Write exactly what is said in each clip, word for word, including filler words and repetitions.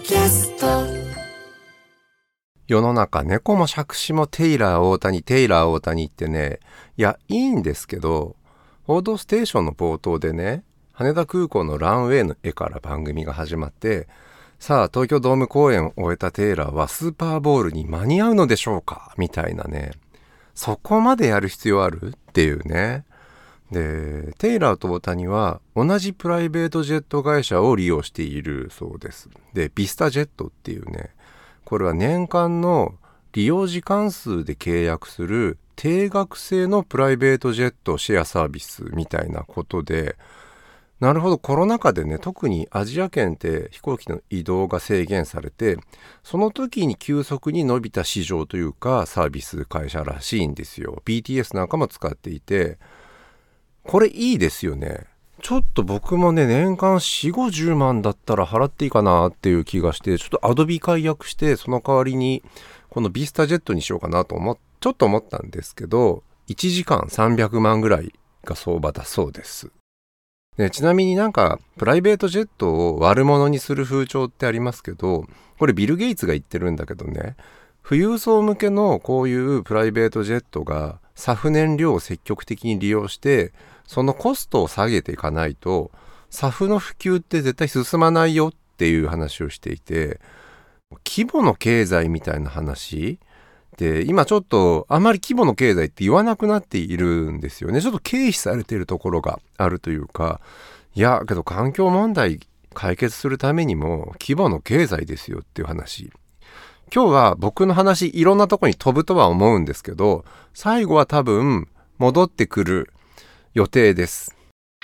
キャスト。 世の中猫も杓子もテイラー大谷テイラー大谷ってね、いやいいんですけど、報道ステーションの冒頭でね、羽田空港のランウェイの絵から番組が始まって、さあ東京ドーム公演を終えたテイラーはスーパーボウルに間に合うのでしょうかみたいなね、そこまでやる必要あるっていうね。でテイラーと大谷は同じプライベートジェット会社を利用しているそうです。でビスタジェットっていうね、これは年間の利用時間数で契約する定額制のプライベートジェットシェアサービスみたいなことで、なるほど、コロナ禍でね、特にアジア圏って飛行機の移動が制限されて、その時に急速に伸びた市場というかサービス会社らしいんですよ。 ビーティーエス なんかも使っていて、これいいですよね。ちょっと僕もね、年間よんじゅうごじゅうまんだったら払っていいかなっていう気がして、ちょっとアドビ解約してその代わりにこのビスタジェットにしようかなと思っちょっと思ったんですけど、いちじかんさんびゃくまんぐらいが相場だそうです。でちなみになんかプライベートジェットを悪者にする風潮ってありますけど、これビル・ゲイツが言ってるんだけどね、富裕層向けのこういうプライベートジェットがサフ燃料を積極的に利用してそのコストを下げていかないとサフの普及って絶対進まないよっていう話をしていて、規模の経済みたいな話で今ちょっとあまり規模の経済って言わなくなっているんですよね。ちょっと軽視されているところがあるというか、いやけど環境問題解決するためにも規模の経済ですよっていう話。今日は僕の話いろんなとこに飛ぶとは思うんですけど、最後は多分戻ってくる予定です。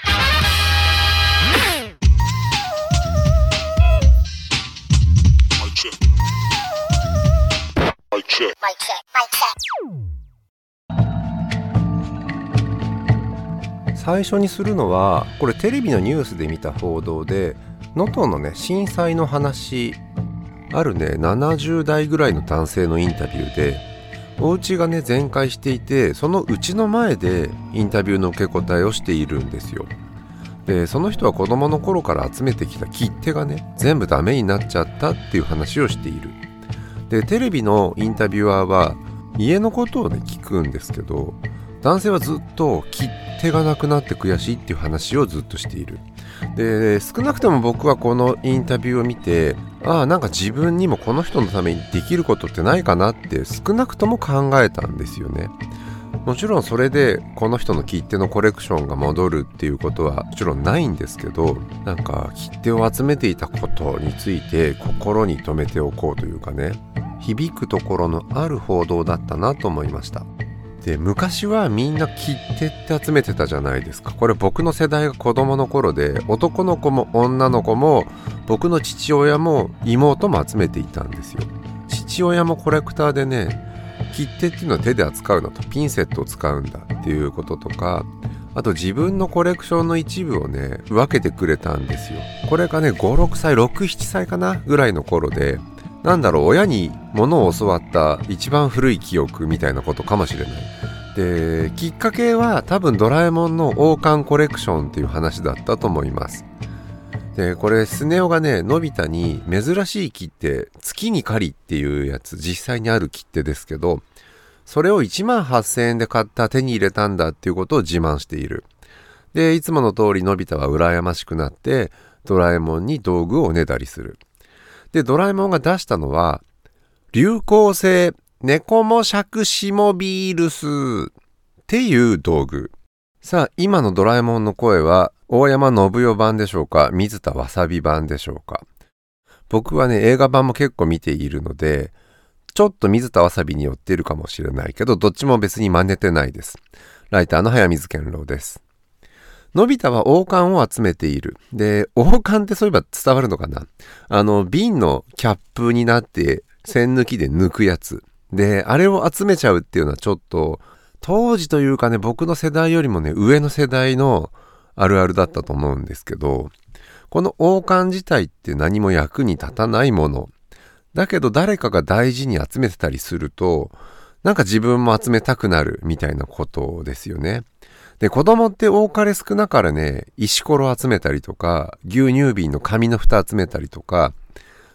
最初にするのは、これテレビのニュースで見た報道で、能登のね震災の話、あるねななじゅうだいぐらいの男性のインタビューで、お家がね全壊していて、その家の前でインタビューの受け答えをしているんですよ。でその人は子供の頃から集めてきた切手がね全部ダメになっちゃったっていう話をしている。でテレビのインタビュアーは家のことをね聞くんですけど、男性はずっと切手がなくなって悔しいっていう話をずっとしている。で少なくとも僕はこのインタビューを見て、ああなんか自分にもこの人のためにできることってないかなって少なくとも考えたんですよね。もちろんそれでこの人の切手のコレクションが戻るっていうことはもちろんないんですけど、なんか切手を集めていたことについて心に留めておこうというかね、響くところのある報道だったなと思いました。で昔はみんな切手って集めてたじゃないですか。これ僕の世代が子供の頃で、男の子も女の子も僕の父親も妹も集めていたんですよ。父親もコレクターでね、切手っていうのは手で扱うのとピンセットを使うんだっていうこととか、あと自分のコレクションの一部をね分けてくれたんですよ。これがねごろくさいろくななさいかなぐらいの頃で、なんだろう、親に物を教わった一番古い記憶みたいなことかもしれない。できっかけは多分ドラえもんの王冠コレクションっていう話だったと思います。でこれスネ夫がねのび太に珍しい切手、月に狩りっていうやつ、実際にある切手ですけど、それをいちまんはっせんえんで買った手に入れたんだっていうことを自慢している。でいつもの通りのび太は羨ましくなってドラえもんに道具をおねだりする。でドラえもんが出したのは流行性猫も杓子もビールスっていう道具。さあ今のドラえもんの声は大山信代版でしょうか、水田わさび版でしょうか。僕はね映画版も結構見ているので、ちょっと水田わさびに寄っているかもしれないけど、どっちも別に真似てないです。ライターの早水健郎です。のび太は王冠を集めている。で王冠ってそういえば伝わるのかな、あの瓶のキャップになって栓抜きで抜くやつで、あれを集めちゃうっていうのはちょっと当時というかね、僕の世代よりもね上の世代のあるあるだったと思うんですけど、この王冠自体って何も役に立たないものだけど、誰かが大事に集めてたりするとなんか自分も集めたくなるみたいなことですよね。で子供って多かれ少なからね石ころ集めたりとか、牛乳瓶の紙の蓋集めたりとか、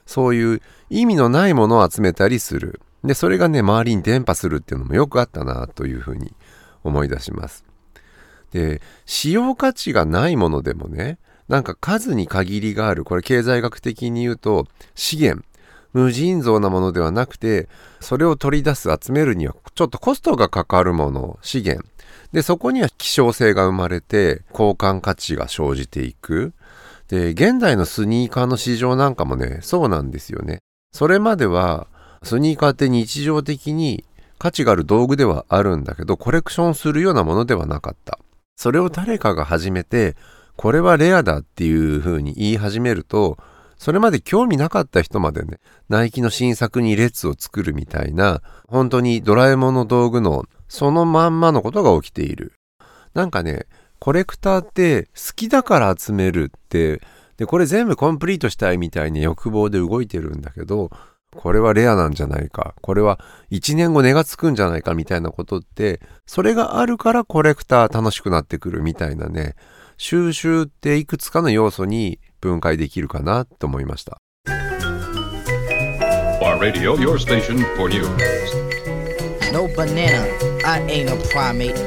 そういう意味のないものを集めたりする。で、それがね、周りに伝播するっていうのもよくあったなというふうに思い出します。で、使用価値がないものでもね、なんか数に限りがある、これ経済学的に言うと資源、無尽蔵なものではなくて、それを取り出す、集めるにはちょっとコストがかかるもの、資源。で、そこには希少性が生まれて、交換価値が生じていく。で、現代のスニーカーの市場なんかもね、そうなんですよね。それまでは、スニーカーって日常的に価値がある道具ではあるんだけど、コレクションするようなものではなかった。それを誰かが始めて、これはレアだっていう風に言い始めると、それまで興味なかった人までね、ナイキの新作に列を作るみたいな、本当にドラえもんの道具のそのまんまのことが起きている。なんかね、コレクターって好きだから集めるって、で、これ全部コンプリートしたいみたいに欲望で動いてるんだけど、これはレアなんじゃないか、これはいちねんご値がつくんじゃないかみたいなことって、それがあるからコレクター楽しくなってくるみたいなね、収集っていくつかの要素に分解できるかなと思いました。 Radio, your station for news. No banana, I ain't a primate.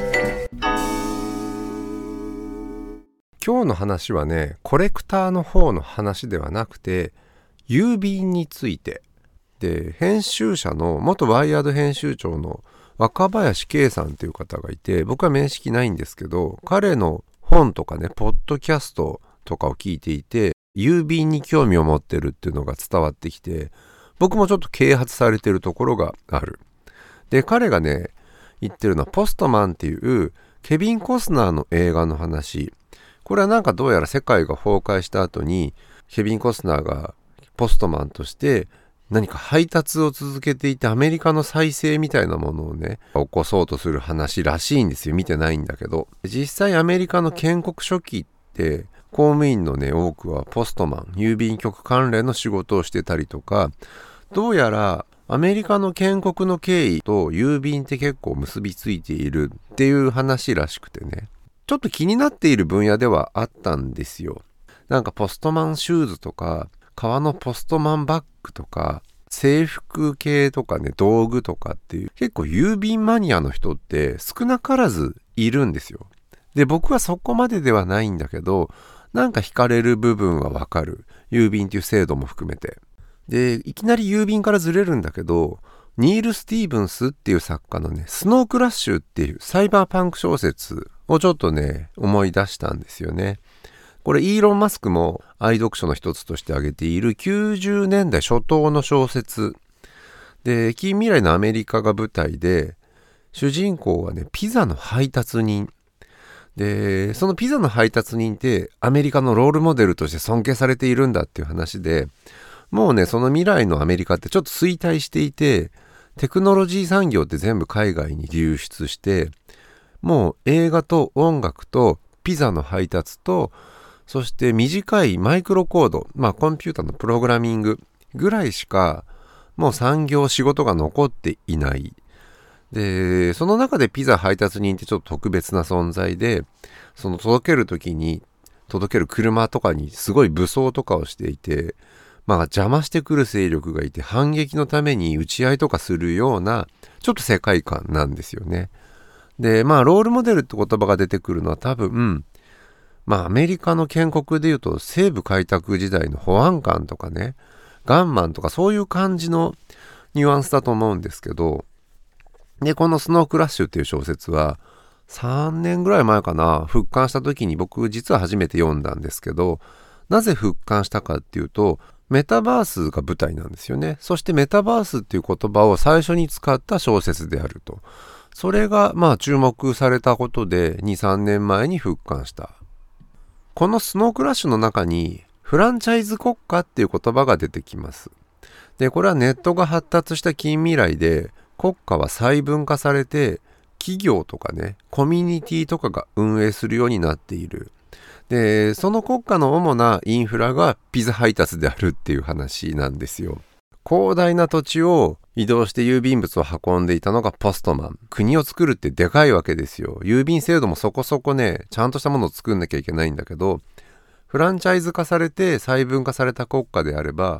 今日の話はね、コレクターの方の話ではなくて、郵便について。で、編集者の元ワイヤード編集長の若林圭さんという方がいて、僕は面識ないんですけど、彼の本とかね、ポッドキャストとかを聞いていて、郵便に興味を持ってるっていうのが伝わってきて、僕もちょっと啓発されてるところがある。で、彼がね、言ってるのはポストマンっていうケビン・コスナーの映画の話。これはなんかどうやら世界が崩壊した後に、ケビン・コスナーがポストマンとして何か配達を続けていて、アメリカの再生みたいなものをね、起こそうとする話らしいんですよ。見てないんだけど。実際アメリカの建国初期って、公務員のね、多くはポストマン、郵便局関連の仕事をしてたりとか、どうやらアメリカの建国の経緯と郵便って結構結びついているっていう話らしくてね、ちょっと気になっている分野ではあったんですよ。なんかポストマンシューズとか、革のポストマンバッグとか、制服系とかね、道具とかっていう、結構郵便マニアの人って少なからずいるんですよ。で、僕はそこまでではないんだけど、なんか惹かれる部分はわかる。郵便っていう制度も含めて。で、いきなり郵便からずれるんだけど、ニール・スティーブンスっていう作家のね、スノークラッシュっていうサイバーパンク小説をちょっとね、思い出したんですよね。これイーロン・マスクも愛読書の一つとして挙げているきゅうじゅうねんだい初頭の小説で、近未来のアメリカが舞台で、主人公はね、ピザの配達人で、そのピザの配達人ってアメリカのロールモデルとして尊敬されているんだっていう話で、もうね、その未来のアメリカってちょっと衰退していて、テクノロジー産業って全部海外に流出して、もう映画と音楽とピザの配達と、そして短いマイクロコード、まあコンピューターのプログラミングぐらいしか、もう産業仕事が残っていない。で、その中でピザ配達人ってちょっと特別な存在で、その届けるときに、届ける車とかにすごい武装とかをしていて、まあ邪魔してくる勢力がいて反撃のために打ち合いとかするようなちょっと世界観なんですよね。で、まあロールモデルって言葉が出てくるのは多分、まあアメリカの建国でいうと西部開拓時代の保安官とかね、ガンマンとかそういう感じのニュアンスだと思うんですけど、で、このスノークラッシュっていう小説はさんねんぐらい前かな、復刊した時に僕実は初めて読んだんですけど、なぜ復刊したかっていうと、メタバースが舞台なんですよね。そしてメタバースっていう言葉を最初に使った小説であると。それがまあ注目されたことでに、さんねんまえに復刊した。このスノークラッシュの中にフランチャイズ国家っていう言葉が出てきます。で、これはネットが発達した近未来で国家は細分化されて企業とかね、コミュニティとかが運営するようになっている。で、その国家の主なインフラがピザ配達であるっていう話なんですよ。広大な土地を移動して郵便物を運んでいたのがポストマン。国を作るってでかいわけですよ。郵便制度もそこそこね、ちゃんとしたものを作んなきゃいけないんだけど、フランチャイズ化されて細分化された国家であれば、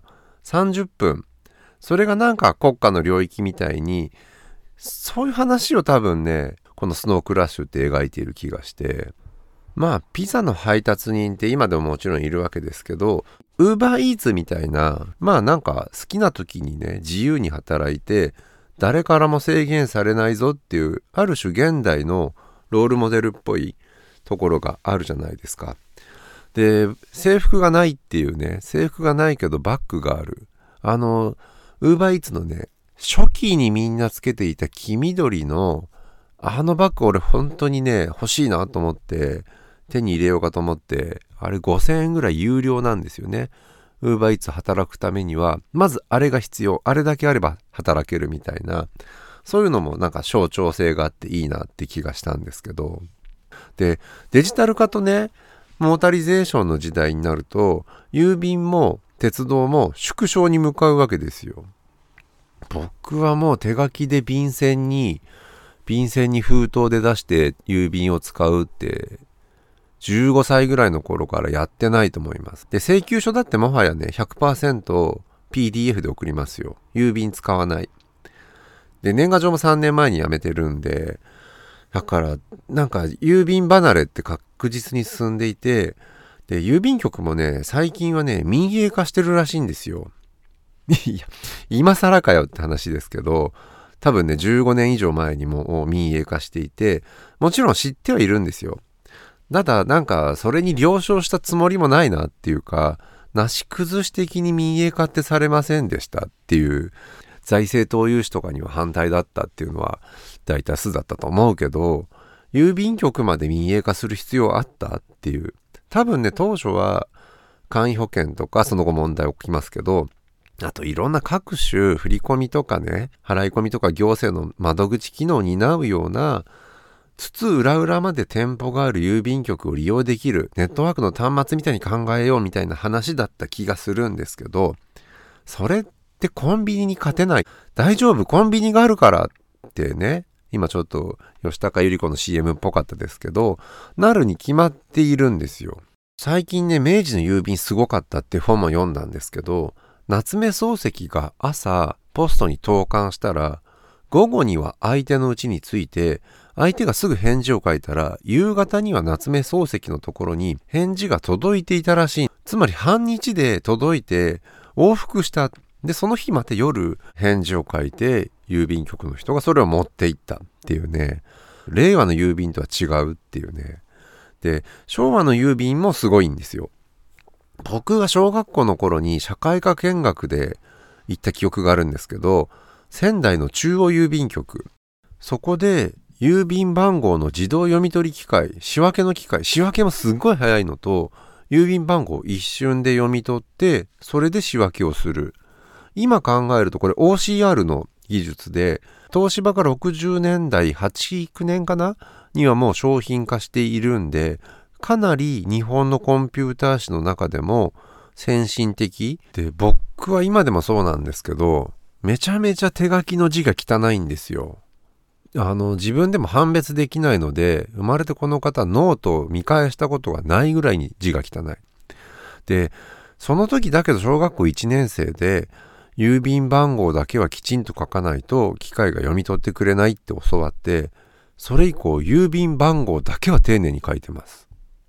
さんじゅっぷん、それがなんか国家の領域みたいに、そういう話を多分ね、このスノークラッシュって描いている気がして、まあピザの配達人って今でももちろんいるわけですけど、ウーバーイーツみたいな、まあなんか好きな時にね、自由に働いて誰からも制限されないぞっていう、ある種現代のロールモデルっぽいところがあるじゃないですか。で、制服がないっていうね、制服がないけどバッグがある、あのウーバーイーツのね、初期にみんなつけていた黄緑のあのバッグ、俺本当にね欲しいなと思って手に入れようかと思って、あれごせんえんぐらい有料なんですよね。ウーバーイーツ働くためにはまずあれが必要、あれだけあれば働けるみたいな、そういうのもなんか象徴性があっていいなって気がしたんですけど、でデジタル化とね、モータリゼーションの時代になると、郵便も鉄道も縮小に向かうわけですよ。僕はもう手書きで便箋に便箋に封筒で出して郵便を使うってじゅうごさいぐらいの頃からやってないと思います。で、請求書だってもはやね ひゃくパーセントピーディーエフ で送りますよ。郵便使わない。で、年賀状もさんねんまえにやめてるんで、だからなんか郵便離れって確実に進んでいて、で郵便局もね最近はね民営化してるらしいんですよ。いや今更かよって話ですけど、多分ねじゅうごねん以上前にも民営化していて、もちろん知ってはいるんですよ。ただなんかそれに了承したつもりもないなっていうか、なし崩し的に民営化ってされませんでしたっていう、財政投融資とかには反対だったっていうのは大多数だったと思うけど、郵便局まで民営化する必要あったっていう、多分ね当初は簡易保険とかその後問題起きますけど、あといろんな各種振り込みとかね、払い込みとか行政の窓口機能を担うような、つつ裏裏まで店舗がある郵便局を利用できるネットワークの端末みたいに考えようみたいな話だった気がするんですけど、それってコンビニに勝てない。大丈夫、コンビニがあるからってね、今ちょっと吉高由里子の シーエム っぽかったですけど、なるに決まっているんですよ。最近ね、明治の郵便すごかったって本も読んだんですけど、夏目漱石が朝ポストに投函したら、午後には相手の家に着いて、相手がすぐ返事を書いたら、夕方には夏目漱石のところに返事が届いていたらしい。つまり半日で届いて往復した。でその日また夜返事を書いて、郵便局の人がそれを持っていったっていうね、令和の郵便とは違うっていうね。で昭和の郵便もすごいんですよ。僕が小学校の頃に社会科見学で行った記憶があるんですけど、仙台の中央郵便局、そこで郵便番号の自動読み取り機械、仕分けの機械、仕分けもすっごい早いのと、郵便番号を一瞬で読み取ってそれで仕分けをする。今考えるとこれ オーシーアール の技術で、東芝がろくじゅうねんだいはち、きゅうねんかなにはもう商品化しているんで、かなり日本のコンピューター史の中でも先進的で、僕は今でもそうなんですけど、めちゃめちゃ手書きの字が汚いんですよ。あの自分でも判別できないので、生まれてこの方ノートを見返したことがないぐらいに字が汚い。でその時だけど小学校いちねん生で、郵便番号だけはきちんと書かないと機械が読み取ってくれないって教わって、それ以降郵便番号だけは丁寧に書いてます。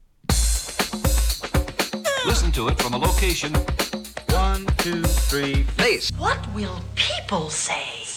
Listen to it from a location. One, two, three, Please. What will people say?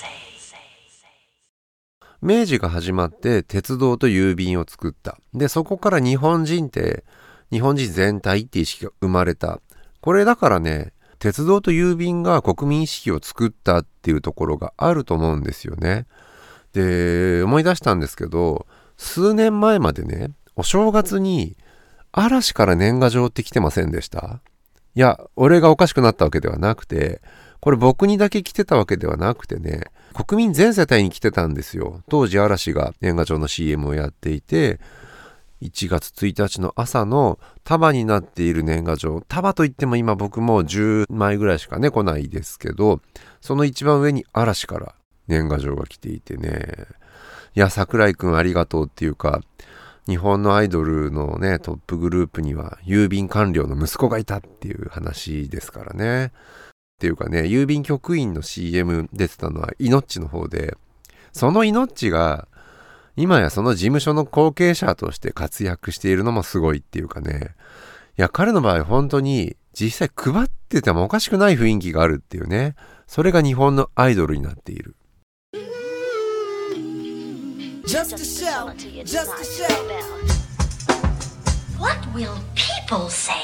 明治が始まって鉄道と郵便を作った。でそこから日本人って日本人全体って意識が生まれた。これだからね、鉄道と郵便が国民意識を作ったっていうところがあると思うんですよね。で思い出したんですけど、数年前までね、お正月に嵐から年賀状って来てませんでした？いや、俺がおかしくなったわけではなくて、これ僕にだけ来てたわけではなくてね、国民全世帯に来てたんですよ。当時嵐が年賀状の シーエム をやっていて、いちがつついたちの朝の束になっている年賀状、束といっても今僕もじゅうまいぐらいしかね来ないですけど、その一番上に嵐から年賀状が来ていてね、いや桜井くんありがとうっていうか、日本のアイドルのねトップグループには郵便官僚の息子がいたっていう話ですからね。 っていうかね、郵便局員の シーエム 出てたのはイノッチの方で、そのイノッチが今やその事務所の後継者として活躍しているのもすごいっていうかね、いや彼の場合本当に実際配っててもおかしくない雰囲気があるっていうね、それが日本のアイドルになっている。 Just a shout, just a shout. What will people say?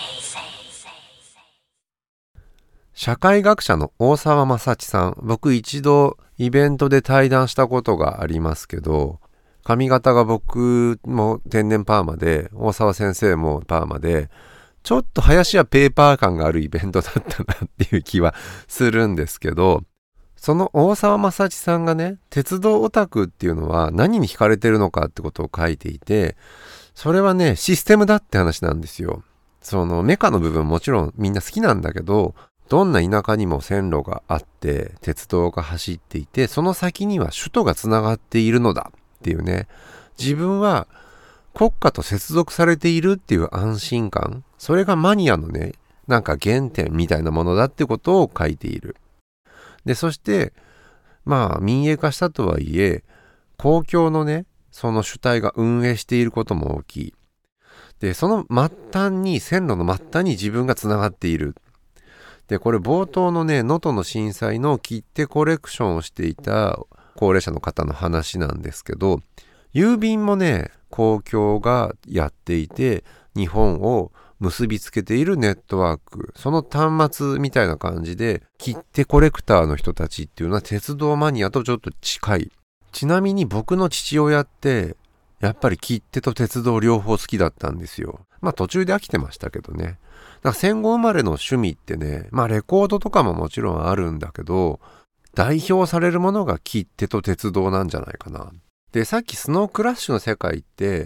社会学者の大沢正知さん、僕一度イベントで対談したことがありますけど、髪型が僕も天然パーマで、大沢先生もパーマで、ちょっと林家ペーパー感があるイベントだったなっていう気はするんですけど、その大沢正知さんがね、鉄道オタクっていうのは何に惹かれてるのかってことを書いていて、それはね、システムだって話なんですよ。そのメカの部分もちろんみんな好きなんだけど、どんな田舎にも線路があって鉄道が走っていて、その先には首都がつながっているのだっていうね、自分は国家と接続されているっていう安心感、それがマニアのね、なんか原点みたいなものだってことを書いている。で、そしてまあ民営化したとはいえ、公共のね、その主体が運営していることも大きい。で、その末端に、線路の末端に自分がつながっている。で、これ冒頭のね、能登の震災の切手コレクションをしていた高齢者の方の話なんですけど、郵便もね、公共がやっていて、日本を結びつけているネットワーク、その端末みたいな感じで、切手コレクターの人たちっていうのは鉄道マニアとちょっと近い。ちなみに僕の父親って、やっぱり切手と鉄道両方好きだったんですよ。まあ途中で飽きてましたけどね。だから戦後生まれの趣味ってね、まあレコードとかももちろんあるんだけど、代表されるものが切手と鉄道なんじゃないかな。で、さっきスノークラッシュの世界って、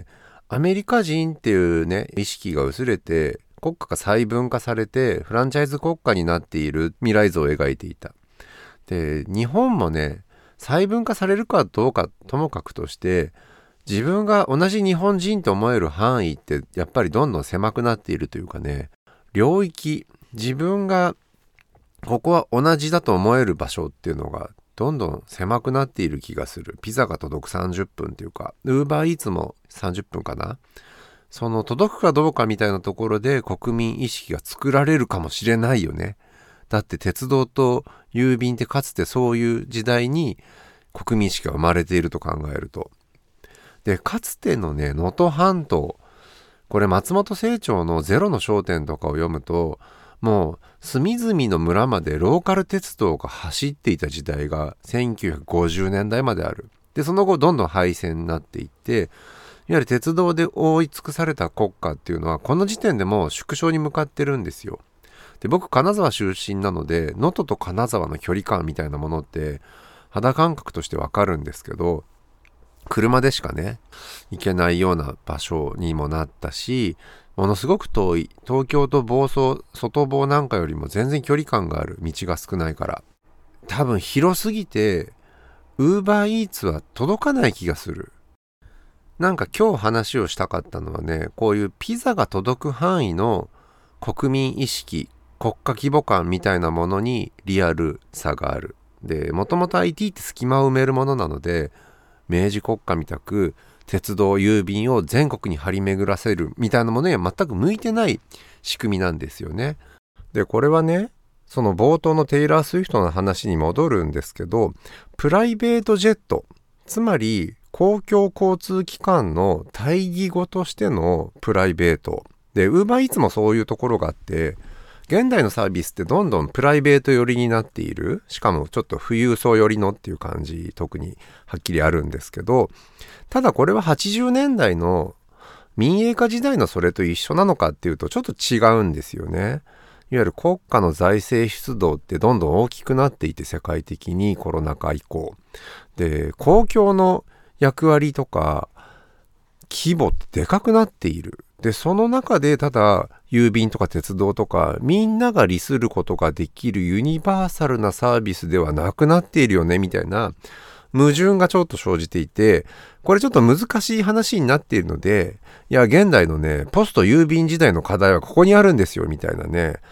アメリカ人っていうね、意識が薄れて、国家が細分化されて、フランチャイズ国家になっている未来像を描いていた。で、日本もね、細分化されるかどうかともかくとして、自分が同じ日本人と思える範囲ってやっぱりどんどん狭くなっているというかね、領域、自分がここは同じだと思える場所っていうのがどんどん狭くなっている気がする。ピザが届くさんじゅっぷんっていうか、ウーバーイーツもさんじゅっぷんかな。その届くかどうかみたいなところで国民意識が作られるかもしれないよね。だって鉄道と郵便ってかつてそういう時代に国民意識が生まれていると考えると。で、かつてのね、能登半島、これ松本清張のゼロの焦点とかを読むと、もう隅々の村までローカル鉄道が走っていた時代がせんきゅうひゃくごじゅうねんだいまである。で、その後どんどん廃線になっていって、いわゆる鉄道で覆い尽くされた国家っていうのはこの時点でもう縮小に向かってるんですよ。で、僕金沢出身なので、能登と金沢の距離感みたいなものって肌感覚としてわかるんですけど、車でしかね、行けないような場所にもなったし、ものすごく遠い。東京と房総、外房なんかよりも全然距離感がある。道が少ないから。多分広すぎて、ウーバーイーツは届かない気がする。なんか今日話をしたかったのはね、こういうピザが届く範囲の国民意識、国家規模感みたいなものにリアルさがある。で、もともと アイティー って隙間を埋めるものなので、明治国家みたく鉄道郵便を全国に張り巡らせるみたいなものには全く向いてない仕組みなんですよね。で、これはね、その冒頭のテイラー・スウィフトの話に戻るんですけど、プライベートジェット、つまり公共交通機関の対義語としてのプライベートで、ウーバーイーツもそういうところがあって、現代のサービスってどんどんプライベート寄りになっている。しかもちょっと富裕層寄りのっていう感じ、特にはっきりあるんですけど、ただこれははちじゅうねんだいの民営化時代のそれと一緒なのかっていうとちょっと違うんですよね。いわゆる国家の財政出動ってどんどん大きくなっていて、世界的にコロナ禍以降。で、公共の役割とか規模ってでかくなっている。で、その中でただ郵便とか鉄道とかみんなが利することができるユニバーサルなサービスではなくなっているよねみたいな矛盾がちょっと生じていて、これちょっと難しい話になっているので、いや現代のね、ポスト郵便時代の課題はここにあるんですよみたいなね、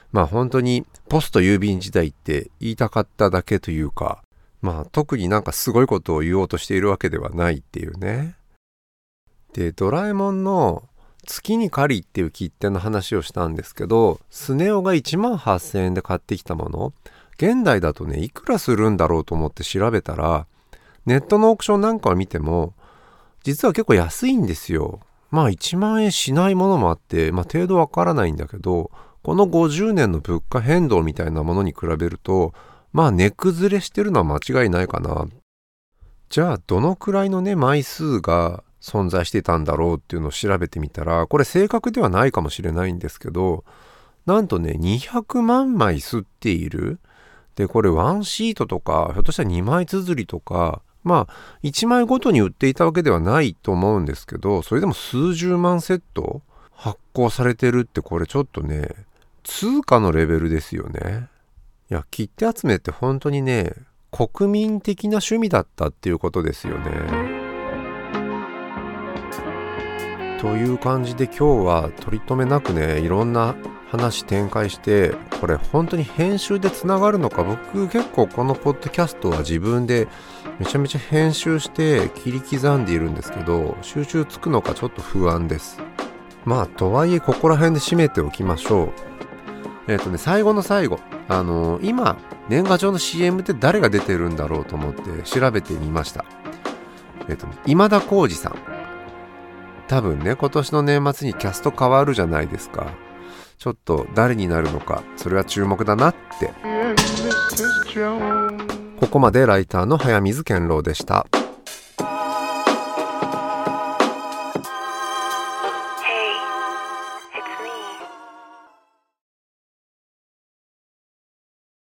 まあ本当にポスト郵便時代って言いたかっただけというか、まあ特になんかすごいことを言おうとしているわけではないっていうね。で、ドラえもんの月に狩りっていう切手の話をしたんですけど、スネ夫がいちまんはっせんえんで買ってきたもの、現代だとね、いくらするんだろうと思って調べたら、ネットのオークションなんかを見ても、実は結構安いんですよ。まあいちまんえんしないものもあって、まあ程度わからないんだけど、このごじゅうねんの物価変動みたいなものに比べると、まあ値崩れしてるのは間違いないかな。じゃあどのくらいのね、枚数が存在してたんだろうっていうのを調べてみたら、これ正確ではないかもしれないんですけど、なんとね、にひゃくまんまい刷っている。で、これワンシートとか、ひょっとしたらにまい綴りとか、まあいちまいごとに売っていたわけではないと思うんですけど、それでも数十万セット発行されてるって、これちょっとね、通貨のレベルですよね。いや、切手集めって本当にね、国民的な趣味だったっていうことですよね。という感じで今日は取り留めなくね、いろんな話展開して、これ本当に編集でつながるのか。僕結構このポッドキャストは自分でめちゃめちゃ編集して切り刻んでいるんですけど、収集つくのかちょっと不安です。まあとはいえここら辺で締めておきましょう。えっとね、最後の最後、あのー、今年賀状の シーエム って誰が出てるんだろうと思って調べてみました。えっとね、今田耕司さん。多分ね、今年の年末にキャスト変わるじゃないですか。ちょっと誰になるのか、それは注目だなって。ここまでライターの早水健郎でした。